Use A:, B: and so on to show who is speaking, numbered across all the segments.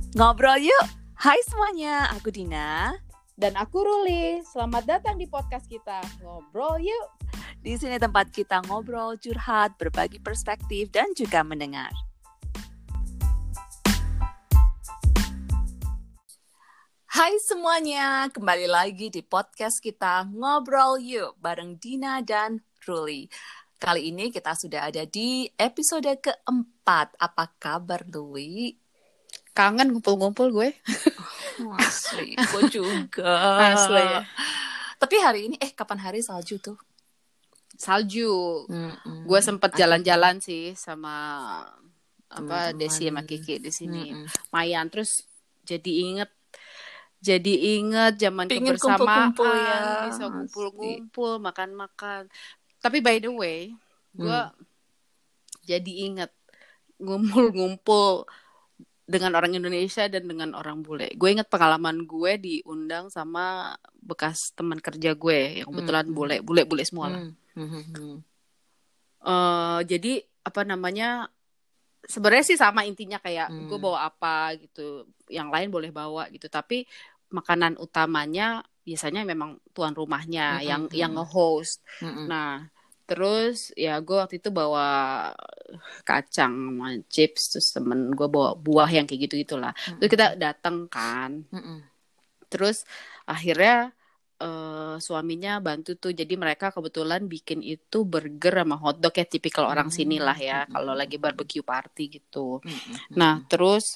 A: Ngobrol yuk. Hai semuanya, aku Dina.
B: Dan aku Ruli. Selamat datang di podcast kita. Ngobrol yuk.
A: Di sini tempat kita ngobrol, curhat, berbagi perspektif, dan juga mendengar. Hai semuanya, kembali lagi di podcast kita Ngobrol Yuk bareng Dina dan Ruli. Kali ini kita sudah ada di episode keempat. Apa kabar, Ruli?
B: Kangen ngumpul-ngumpul gue.
A: Asli, gue juga.
B: Asli ya.
A: Tapi hari ini, kapan hari salju tuh?
B: Salju. Gue sempet jalan-jalan sih sama
A: Teman-teman.
B: Desi sama Kiki di sini. Mayan, terus jadi inget zaman
A: Pingin
B: kebersamaan,
A: kumpul-kumpul ya.
B: bisa kumpul-kumpul, makan-makan. Tapi by the way, gue jadi inget ngumpul-ngumpul dengan orang Indonesia dan dengan orang bule. Gue inget pengalaman gue diundang sama bekas teman kerja gue yang kebetulan bule semua lah. Jadi sebenarnya sih sama intinya kayak gue bawa apa gitu, yang lain boleh bawa gitu. Tapi makanan utamanya biasanya memang tuan rumahnya yang nge-host. Nah, terus ya gue waktu itu bawa kacang sama chips, terus temen gue bawa buah yang kayak gitu-gitulah. Terus kita datang kan. Terus akhirnya suaminya bantu tuh. Jadi mereka kebetulan bikin itu burger sama hotdog ya, tipikal orang sini lah ya, kalau lagi barbecue party gitu. Nah, terus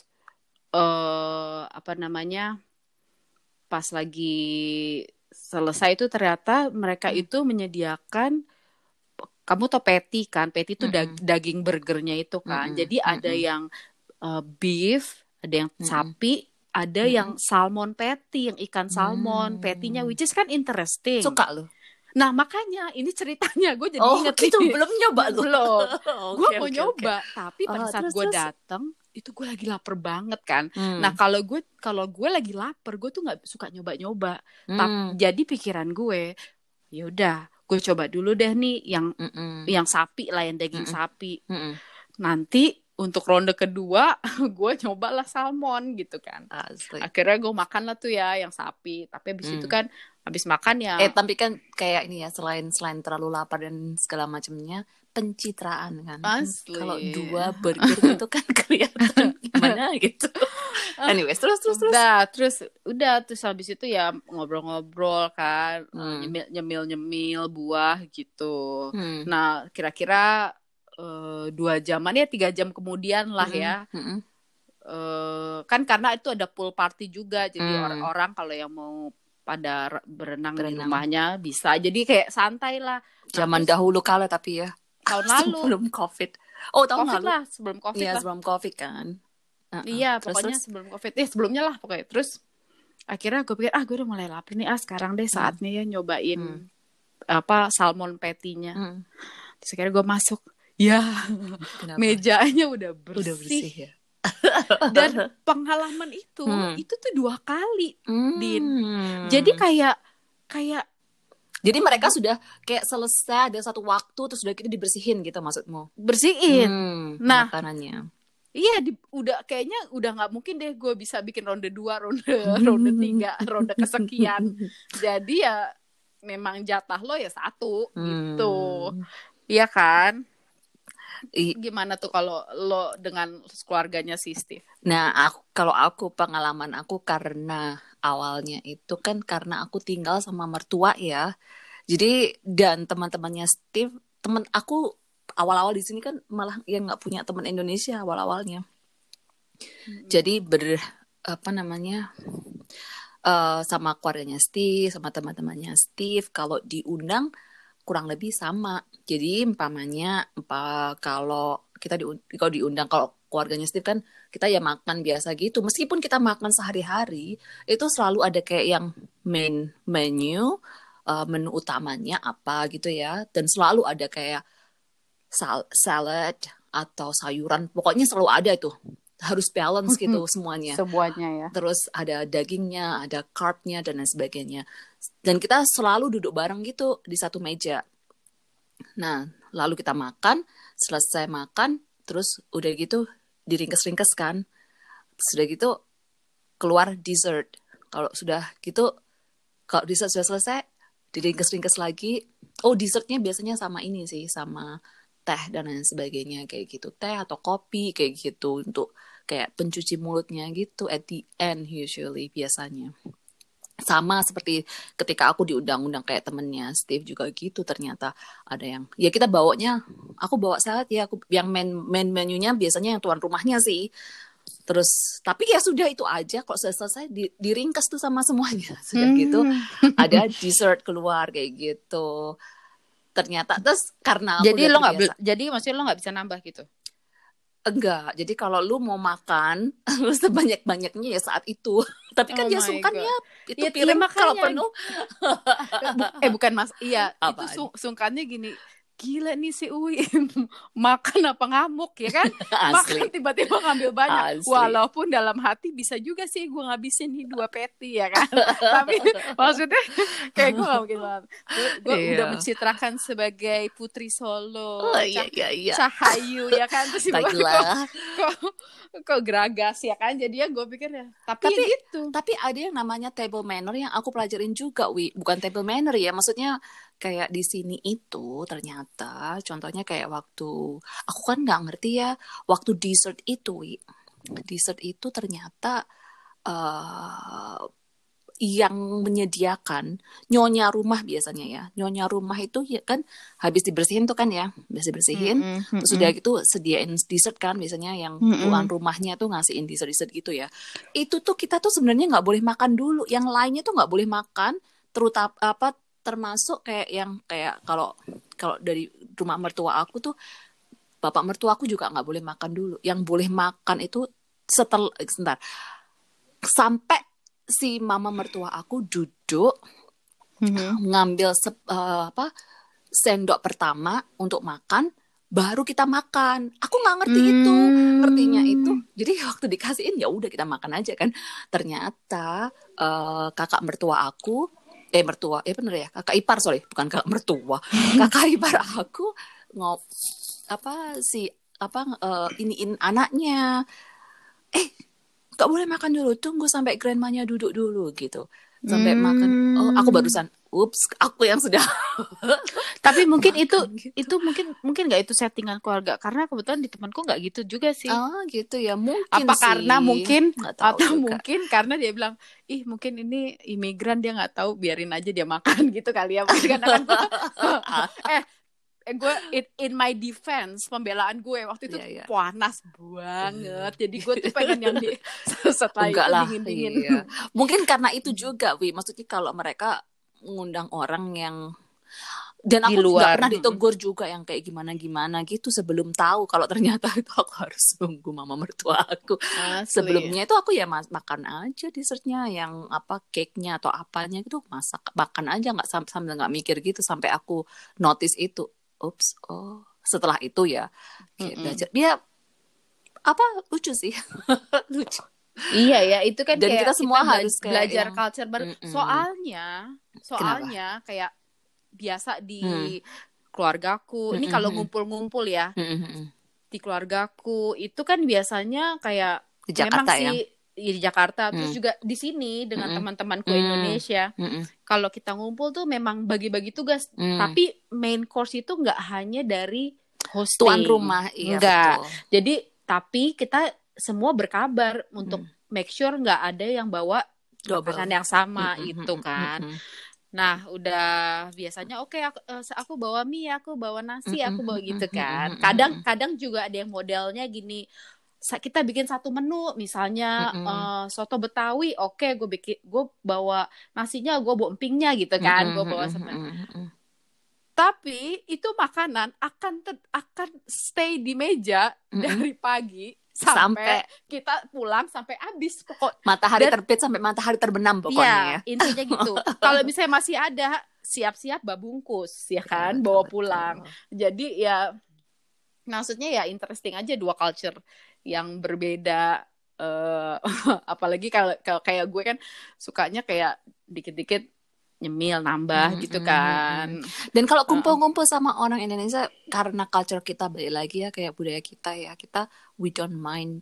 B: pas lagi selesai itu ternyata mereka itu menyediakan, kamu tau patty kan? Patty itu daging burgernya itu kan. Jadi ada yang beef, ada yang sapi, ada yang salmon patty, yang ikan salmon patty-nya, which is kan interesting.
A: Suka lo?
B: Nah makanya ini ceritanya gue jadi inget
A: gitu,
B: nih.
A: belum nyoba lo?
B: Belum. Gue mau
A: Okay.
B: nyoba, tapi pada saat gue datang itu gue lagi lapar banget kan. Nah kalau gue lagi lapar, gue tuh nggak suka nyoba-nyoba. Jadi pikiran gue, yaudah gue coba dulu deh nih yang sapi lah, yang daging sapi. Nanti untuk ronde kedua gue nyobalah salmon gitu kan.
A: Asli.
B: Akhirnya gue makan lah tuh ya yang sapi. Tapi abis itu kan, abis makan ya.
A: Tapi kan kayak ini ya, selain terlalu lapar dan segala macamnya, pencitraan kan.
B: Asli.
A: Kalau 2 burger itu kan kelihatan gimana gitu. Anyways, terus.
B: Terus habis itu ya ngobrol-ngobrol kan, nyemil buah gitu. Nah kira-kira 2 jaman ya, 3 jam kemudian lah ya. Kan karena itu ada pool party juga, jadi orang-orang kalau yang mau pada berenang di rumahnya bisa. Jadi kayak santai lah.
A: Zaman dahulu kala tapi ya.
B: Tahun lalu.
A: Sebelum COVID. Oh, tahun
B: COVID
A: lalu.
B: lah, sebelum COVID
A: Iya,
B: lah.
A: sebelum COVID kan.
B: Iya, pokoknya sebelum COVID. Sebelumnya lah pokoknya. Terus akhirnya gue pikir, gue udah mulai lapar nih. Sekarang deh saatnya ya nyobain salmon patty-nya. Terus akhirnya gue masuk. Ya, kenapa? Mejanya udah bersih
A: ya.
B: Dan pengalaman itu tuh 2 kali, Din. Jadi kayak
A: jadi mereka sudah kayak selesai, ada satu waktu terus udah gitu dibersihin gitu maksudmu?
B: Bersihin. Nah,
A: makanannya.
B: Iya, kayaknya udah nggak mungkin deh gue bisa bikin ronde 2, ronde 3, ronde kesekian. Jadi ya memang jatah lo ya 1 gitu. Iya kan? Gimana tuh kalau lo dengan keluarganya si Steve?
A: Nah, kalau aku pengalaman aku, karena awalnya itu kan karena aku tinggal sama mertua ya. Jadi dan teman-temannya Steve, teman aku awal-awal di sini kan malah yang nggak punya teman Indonesia awal-awalnya. Jadi sama keluarganya Steve, sama teman-temannya Steve, kalau diundang kurang lebih sama. Jadi umpamanya kalau diundang, kalau keluarganya Steve kan kita ya makan biasa gitu. Meskipun kita makan sehari-hari, itu selalu ada kayak yang menu utamanya apa gitu ya. Dan selalu ada kayak salad atau sayuran. Pokoknya selalu ada itu. Harus balance gitu semuanya.
B: Semuanya ya.
A: Terus ada dagingnya, ada carb-nya dan lain sebagainya. Dan kita selalu duduk bareng gitu di satu meja. Nah, lalu kita makan, selesai makan, terus udah gitu diringkes-ringkes kan. Sudah gitu keluar dessert. Kalau sudah gitu, kalau dessert sudah selesai, diringkes-ringkes lagi. Oh, dessertnya biasanya sama ini sih, sama teh dan lain sebagainya kayak gitu, teh atau kopi kayak gitu untuk kayak pencuci mulutnya gitu at the end usually biasanya. Sama seperti ketika aku diundang-undang kayak temennya Steve juga gitu, ternyata ada yang ya kita bawanya, aku bawa salad ya, aku yang main menunya biasanya yang tuan rumahnya sih. Terus tapi ya sudah itu aja, kok selesai diringkas tuh sama semuanya. Sudah gitu ada dessert keluar kayak gitu. Ternyata terus karena aku
B: Jadi
A: udah
B: lo nggak,
A: terbiasa.
B: jadi maksudnya lo nggak bisa nambah gitu?
A: Enggak, jadi kalau lu mau makan lu sebanyak-banyaknya ya saat itu. Tapi kan
B: Oh
A: dia
B: my
A: sungkan
B: God.
A: ya itu
B: Iya,
A: piring kalau
B: makanya.
A: penuh.
B: Bukan mas, iya itu
A: Apaan?
B: sungkannya gini. Gila nih si Uwi makan apa ngamuk ya kan?
A: Asli.
B: Makan tiba-tiba ngambil banyak.
A: Asli.
B: Walaupun dalam hati bisa juga sih gue ngabisin nih 2 patty ya kan. Tapi maksudnya kayak gue gak mungkin banget. Gue udah mencitrakan sebagai putri Solo,
A: Iya.
B: Cahayu ya kan. Terus
A: Baiklah.
B: kok geragas ya kan. Jadinya gue pikir ya. Tapi gitu.
A: Tapi ada yang namanya table manner yang aku pelajarin juga, Wi. Bukan table manner ya, maksudnya kayak di sini itu ternyata contohnya kayak waktu aku kan nggak ngerti ya, waktu dessert itu, Wi. Dessert itu ternyata yang menyediakan nyonya rumah biasanya ya. Nyonya rumah itu ya kan habis dibersihin tuh kan ya, habis dibersihin, terus udah gitu sediain dessert kan biasanya yang tuan rumahnya tuh ngasihin dessert gitu ya. Itu tuh kita tuh sebenarnya nggak boleh makan dulu, yang lainnya tuh nggak boleh makan, terutama termasuk kayak yang kayak kalau dari rumah mertua aku tuh bapak mertua aku juga nggak boleh makan dulu. Yang boleh makan itu sebentar sampai si mama mertua aku duduk ngambil sendok pertama untuk makan, baru kita makan. Aku nggak ngerti itu, ngertinya itu. Jadi waktu dikasihin ya udah kita makan aja kan. Ternyata kakak mertua aku, bener ya, kakak ipar bukan kakak mertua, kakak ipar aku iniin anaknya. Gak boleh makan dulu, tunggu sampai grandmanya duduk dulu gitu. Sampai makan. Oh, aku barusan, aku yang sudah.
B: Tapi mungkin makan, itu mungkin nggak itu settingan keluarga, karena kebetulan di temanku nggak gitu juga sih.
A: Oh gitu ya, mungkin
B: apa
A: sih.
B: Karena mungkin atau juga.
A: Mungkin
B: karena dia bilang, mungkin ini imigran dia nggak tahu, biarin aja dia makan gitu kali ya. Mungkin kan gue in my defense, pembelaan gue waktu itu panas banget, jadi gue tuh pengen yang setelah itu dingin-dingin.
A: Iya. Mungkin karena itu juga, Wi, maksudnya kalau mereka mengundang orang yang dan aku nggak pernah ditegur juga yang kayak gimana gitu sebelum tahu kalau ternyata itu aku harus nunggu mama mertua aku. Sebelumnya itu aku ya makan aja dessertnya, yang cake-nya atau apanya gitu, makan aja, nggak sambil nggak mikir gitu sampai aku notice itu. Setelah itu ya belajar dia lucu sih. Lucu.
B: Iya ya, itu kan
A: dan
B: kayak
A: kita semua harus
B: belajar culture baru. Soalnya kayak biasa di keluargaku, ini kalau ngumpul-ngumpul ya, di keluargaku itu kan biasanya kayak
A: di Jakarta
B: memang sih di Jakarta, terus juga di sini dengan teman-temanku Indonesia. Kalau kita ngumpul tuh memang bagi-bagi tugas, tapi main course itu nggak hanya dari hosting,
A: tuan rumah,
B: enggak. Betul. Jadi tapi kita semua berkabar untuk make sure nggak ada yang bawa makanan yang sama itu kan. Nah, udah biasanya aku bawa mie, aku bawa nasi, aku bawa gitu kan. Kadang juga ada yang modelnya gini, kita bikin satu menu, misalnya soto Betawi, gue bawa nasinya, gue bawa empingnya gitu kan, gue bawa tapi itu makanan akan stay di meja dari pagi sampai kita pulang, sampai habis pokok.
A: Matahari terbit sampai matahari terbenam pokoknya ya.
B: Intinya gitu. Kalau misalnya masih ada, siap-siap babungkus ya kan, bawa pulang. Jadi ya maksudnya ya interesting aja, dua culture yang berbeda. Apalagi kalau kayak gue kan sukanya kayak dikit-dikit nyemil nambah gitu kan.
A: Dan kalau kumpul-kumpul sama orang Indonesia, karena culture kita balik lagi ya, kayak budaya kita ya, kita we don't mind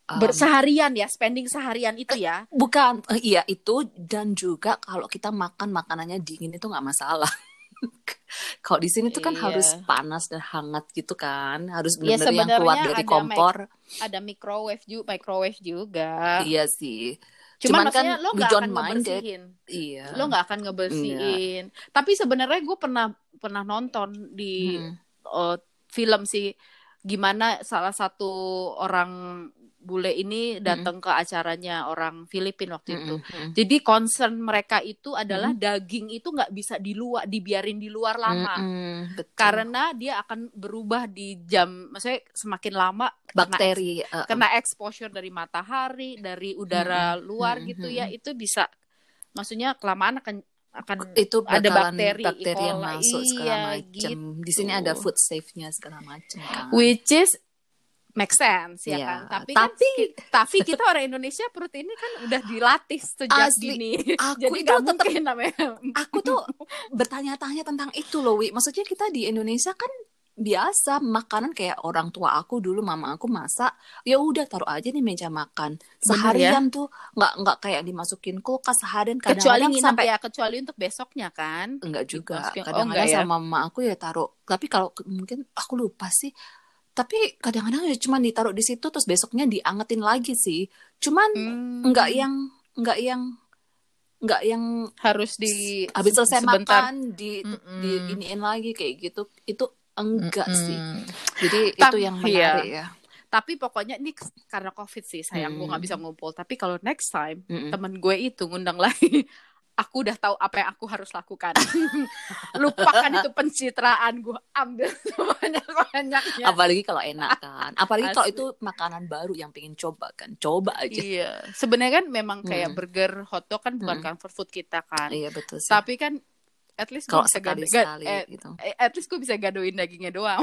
B: berseharian ya, spending seharian itu ya.
A: Bukan, iya itu, dan juga kalau kita makan makanannya dingin itu nggak masalah. Kalau di sini tuh kan harus panas dan hangat gitu kan, harus benar-benar yang keluar dari kompor.
B: Ada microwave juga.
A: Iya sih.
B: Cuman kan lo nggak akan ngebersihin.
A: Iya.
B: Lo nggak akan ngebersihin. Tapi sebenarnya gue pernah nonton di film sih, gimana salah satu orang bule ini datang ke acaranya orang Filipina waktu itu. Jadi concern mereka itu adalah daging itu nggak bisa dibiarin di luar lama. Karena dia akan berubah di jam, maksudnya semakin lama
A: bakteri
B: kena exposure dari matahari, dari udara luar gitu ya, itu bisa, maksudnya kelamaan akan
A: itu
B: ada bakteri
A: yang masuk segala macam. Gitu. Di sini ada food safe-nya segala macam kan.
B: Which is make sense ya kan. Tapi kita orang Indonesia perut ini kan udah dilatih sejak dini. Jadi nggak mungkin namanya.
A: Aku tuh bertanya-tanya tentang itu loh, Wi. Maksudnya kita di Indonesia kan biasa makanan kayak orang tua aku dulu, mama aku masak, ya udah taruh aja di meja makan seharian tuh, nggak kayak dimasukin kulkas seharian.
B: Kadang-kadang kecuali untuk besoknya kan.
A: Enggak juga. Kadang-kadang sama mama aku ya taruh. Tapi kalau mungkin aku lupa sih. Tapi kadang-kadang ya cuma ditaruh di situ terus besoknya diangetin lagi sih. Cuman nggak yang
B: harus
A: habis selesai makan di iniin lagi kayak gitu. Itu enggak sih. Jadi itu yang menarik ya.
B: Tapi pokoknya ini karena COVID sih sayang, gue nggak bisa ngumpul. Tapi kalau next time temen gue itu ngundang lagi, aku udah tahu apa yang aku harus lakukan. Lupakan itu pencitraan, gue ambil sebanyak-banyaknya.
A: Apalagi kalau enak kan. Apalagi kalau itu makanan baru yang pengen coba kan. Coba aja.
B: Iya. Sebenarnya kan memang kayak burger, hotdog kan bukan comfort food kita kan.
A: Iya betul sih.
B: Tapi kan at least
A: kalau sekali-sekali gitu.
B: At least gue bisa gadoin dagingnya doang.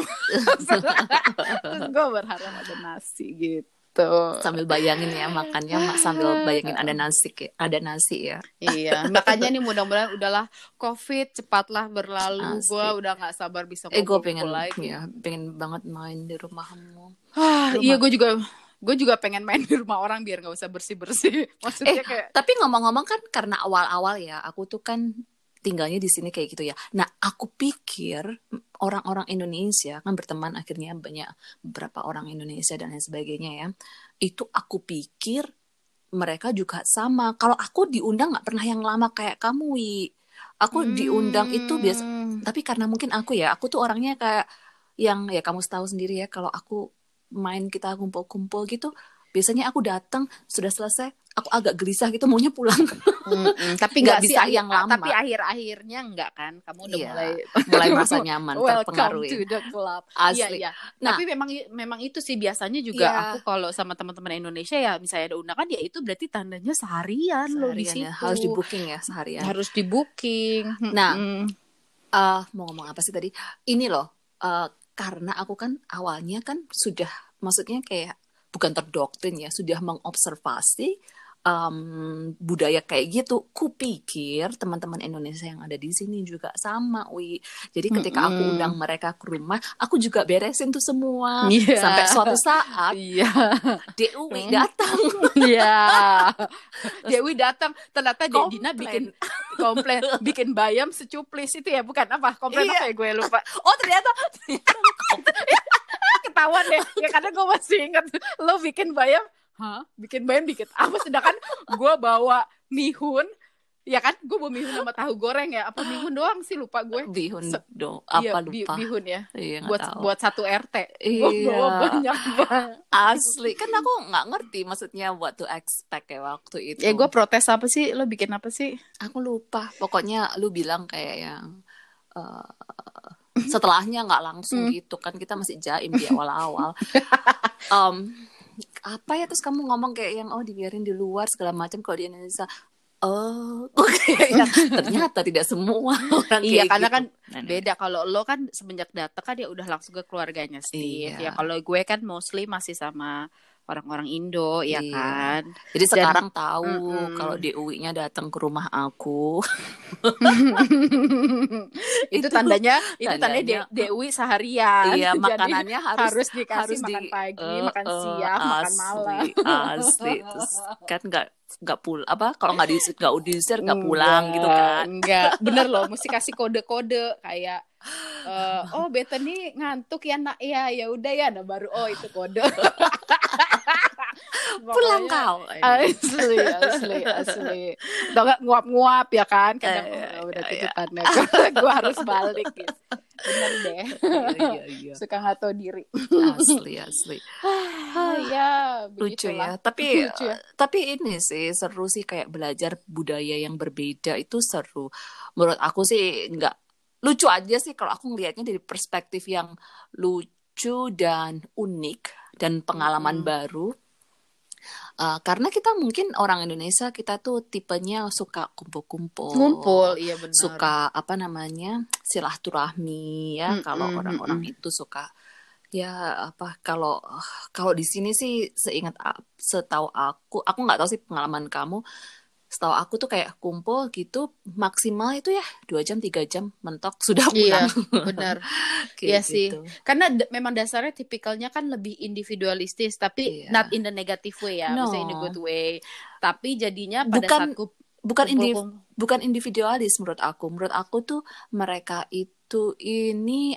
B: Terus gue berharap ada nasi gitu.
A: Sambil bayangin ya makannya, sambil bayangin ada nasi ya.
B: Iya, makanya nih mudah-mudahan udahlah COVID cepatlah berlalu. Gue udah nggak sabar bisa
A: ngumpul lagi. Ya, pengen banget main di rumahmu.
B: Iya, gue juga pengen main di rumah orang biar nggak usah bersih-bersih. Maksudnya kayak.
A: Tapi ngomong-ngomong kan karena awal-awal ya, aku tuh kan tinggalnya di sini kayak gitu ya. Nah, aku pikir orang-orang Indonesia kan berteman akhirnya banyak beberapa orang Indonesia dan lain sebagainya ya. Itu aku pikir mereka juga sama. Kalau aku diundang nggak pernah yang lama kayak kamu, Wi. Aku diundang itu biasa. Tapi karena mungkin aku tuh orangnya kayak yang ya kamu tahu sendiri ya. Kalau aku main kita kumpul-kumpul gitu, biasanya aku datang sudah selesai. Aku agak gelisah gitu maunya pulang.
B: Tapi nggak bisa yang lama. Tapi akhir-akhirnya nggak kan? Kamu udah
A: mulai merasa nyaman, terpengaruh.
B: Welcome to the club.
A: Asli.
B: Iya. Nah, tapi memang itu sih biasanya juga aku kalau sama teman-teman Indonesia ya misalnya ada undangan ya itu berarti tandanya seharian loh di situ.
A: Harus di booking ya seharian.
B: Harus di booking.
A: Nah, mau ngomong apa sih tadi? Ini loh, karena aku kan awalnya kan sudah maksudnya kayak bukan terdoktrin ya, sudah mengobservasi budaya kayak gitu. Kupikir teman-teman Indonesia yang ada di sini juga sama, Wi. Jadi ketika aku undang mereka ke rumah, aku juga beresin tuh semua. Sampai suatu saat Dewi datang.
B: Dewi datang, ternyata Dina bikin bayam secuplis itu ya, bukan apa? Komplain apa ya, gue lupa.
A: Oh, ternyata
B: ketahuan deh. Ya karena gue masih ingat lo bikin bayam. Bikin apa, sedangkan gue bawa mihun ya kan, gue bawa mihun sama tahu goreng ya, apa mihun doang sih, lupa gue.
A: Bihun lupa.
B: Bihun ya,
A: buat
B: satu RT. Gue bawa banyak banget.
A: Asli kan aku nggak ngerti maksudnya what to expect ya waktu itu.
B: Ya gue protes apa sih, lo bikin apa sih?
A: Aku lupa, pokoknya lu bilang kayak yang setelahnya nggak langsung gitu kan, kita masih jaim di awal-awal. Apa ya, terus kamu ngomong kayak yang dibiarin di luar segala macam. Kalau di Indonesia ternyata tidak semua orang kayak
B: karena
A: gitu.
B: Kan beda. Kalau lo kan semenjak datang kan dia udah langsung ke keluarganya Steve. Ya kalau gue kan mostly masih sama orang-orang Indo, ya kan.
A: Jadi sekarang tahu kalau Dewi-nya datang ke rumah aku.
B: itu tandanya Dewi seharian.
A: Iya, makanannya
B: harus dikasih makan pagi, makan siang, makan malam.
A: Asli. Terus kan nggak pulang kalau nggak diusir nggak pulang gitu kan.
B: Enggak, bener loh, mesti kasih kode-kode kayak oh Bethany ngantuk ya nak, ya udah ya, nah baru itu kode.
A: Pulang kau.
B: Asli. Atau nggak nguap-nguap ya kan, kadang berarti itu tanda gue harus balik gitu. Bener deh. Iya. Suka nggak tahu diri.
A: Asli.
B: Ya,
A: lucu ya. Tapi ini sih seru sih, kayak belajar budaya yang berbeda itu seru. Menurut aku sih nggak lucu aja sih kalau aku ngelihatnya dari perspektif yang lucu dan unik dan pengalaman baru. Karena kita mungkin orang Indonesia, kita tuh tipenya suka kumpul,
B: iya benar.
A: Suka silaturahmi ya. Kalau orang-orang itu suka ya kalau di sini sih setahu aku nggak tahu sih pengalaman kamu. Setahu aku tuh kayak kumpul gitu maksimal itu ya 2 jam 3 jam mentok sudah pulang.
B: Iya benar. Iya gitu. Sih. Karena memang dasarnya tipikalnya kan lebih individualistis, tapi not in the negative way ya, maksudnya in the good way. Tapi jadinya pada saat
A: bukan individualis menurut aku. Menurut aku tuh mereka itu ini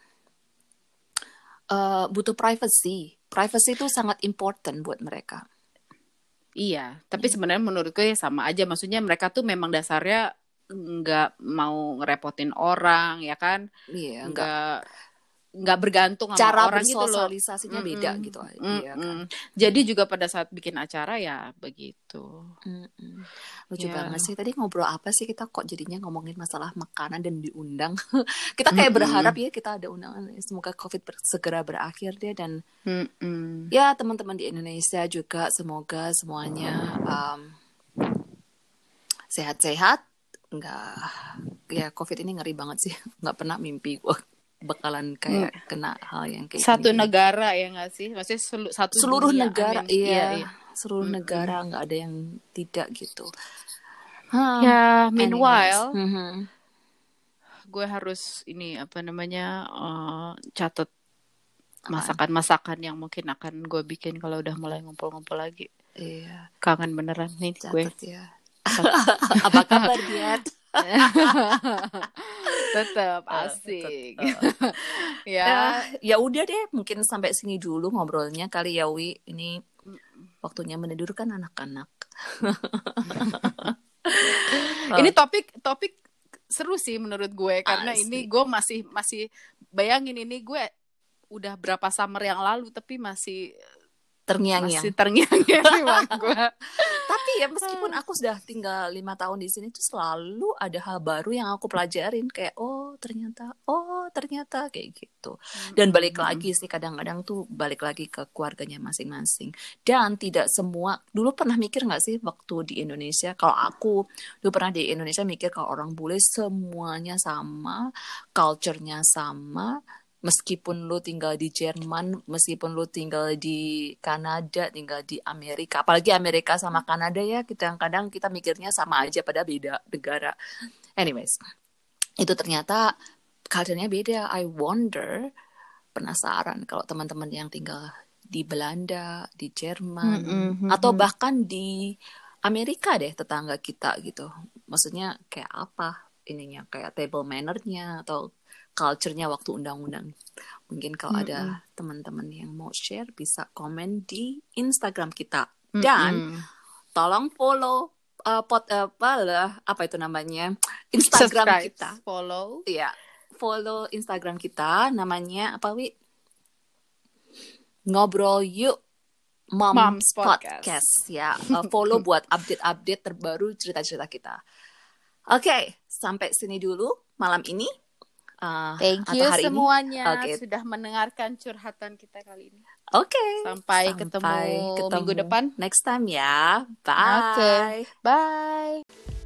A: butuh privacy. Privacy itu sangat important buat mereka.
B: Iya, tapi sebenarnya menurutku ya sama aja. Maksudnya mereka tuh memang dasarnya nggak mau ngerepotin orang, ya kan?
A: Iya,
B: nggak bergantung sama
A: cara
B: orang gitu loh.
A: Cara bersosialisasinya beda gitu. Iya kan.
B: Jadi juga pada saat bikin acara ya begitu.
A: Lucu banget sih. Tadi ngobrol apa sih kita kok jadinya ngomongin masalah makanan dan diundang. Kita kayak berharap ya kita ada undangan. Semoga COVID segera berakhir deh, dan ya teman-teman di Indonesia juga semoga semuanya sehat-sehat. Ya COVID ini ngeri banget sih. Nggak pernah mimpi gue bakalan kayak kena hal yang kayak
B: satu
A: gini.
B: Negara ya nggak sih, maksudnya
A: seluruh
B: dunia,
A: negara. Iya. Seluruh negara nggak ada yang tidak gitu.
B: Ya meanwhile gue harus catat masakan-masakan yang mungkin akan gue bikin kalau udah mulai ngumpul-ngumpul lagi.
A: Iya.
B: Kangen beneran nih gue.
A: Ya. Apa kabar Diat?
B: Tetap asik.
A: Ya udah deh, mungkin sampai sini dulu ngobrolnya kali ya Wi. Ini waktunya menidurkan anak-anak.
B: Ini topik seru sih menurut gue, karena ini gue masih bayangin, ini gue udah berapa summer yang lalu tapi masih terngiang-ngiang gue.
A: Tapi ya meskipun aku sudah tinggal 5 tahun di sini tuh selalu ada hal baru yang aku pelajarin, kayak ternyata kayak gitu. Dan balik lagi sih, kadang-kadang tuh balik lagi ke keluarganya masing-masing. Dan tidak semua, dulu pernah mikir nggak sih waktu di Indonesia, kalau aku dulu pernah di Indonesia mikir kalau orang bule semuanya sama, culture-nya sama. Meskipun lu tinggal di Jerman, meskipun lu tinggal di Kanada, tinggal di Amerika, apalagi Amerika sama Kanada ya, kadang-kadang kita mikirnya sama aja pada beda negara. Anyways, itu ternyata culture-nya beda. I wonder, penasaran kalau teman-teman yang tinggal di Belanda, di Jerman, atau bahkan di Amerika deh, tetangga kita gitu. Maksudnya kayak apa ininya, kayak table manner-nya atau culture-nya waktu undang-undang. Mungkin kalau ada teman-teman yang mau share bisa komen di Instagram kita. Dan tolong follow apa itu namanya? Instagram kita.
B: Follow.
A: Iya, follow Instagram kita, namanya apa Wi? Ngobrol Yuk Moms Podcast ya. Follow buat update-update terbaru cerita-cerita kita. Oke, sampai sini dulu malam ini.
B: Thank you semuanya sudah mendengarkan curhatan kita kali ini. Sampai ketemu minggu depan.
A: Next time ya. Bye.
B: Bye.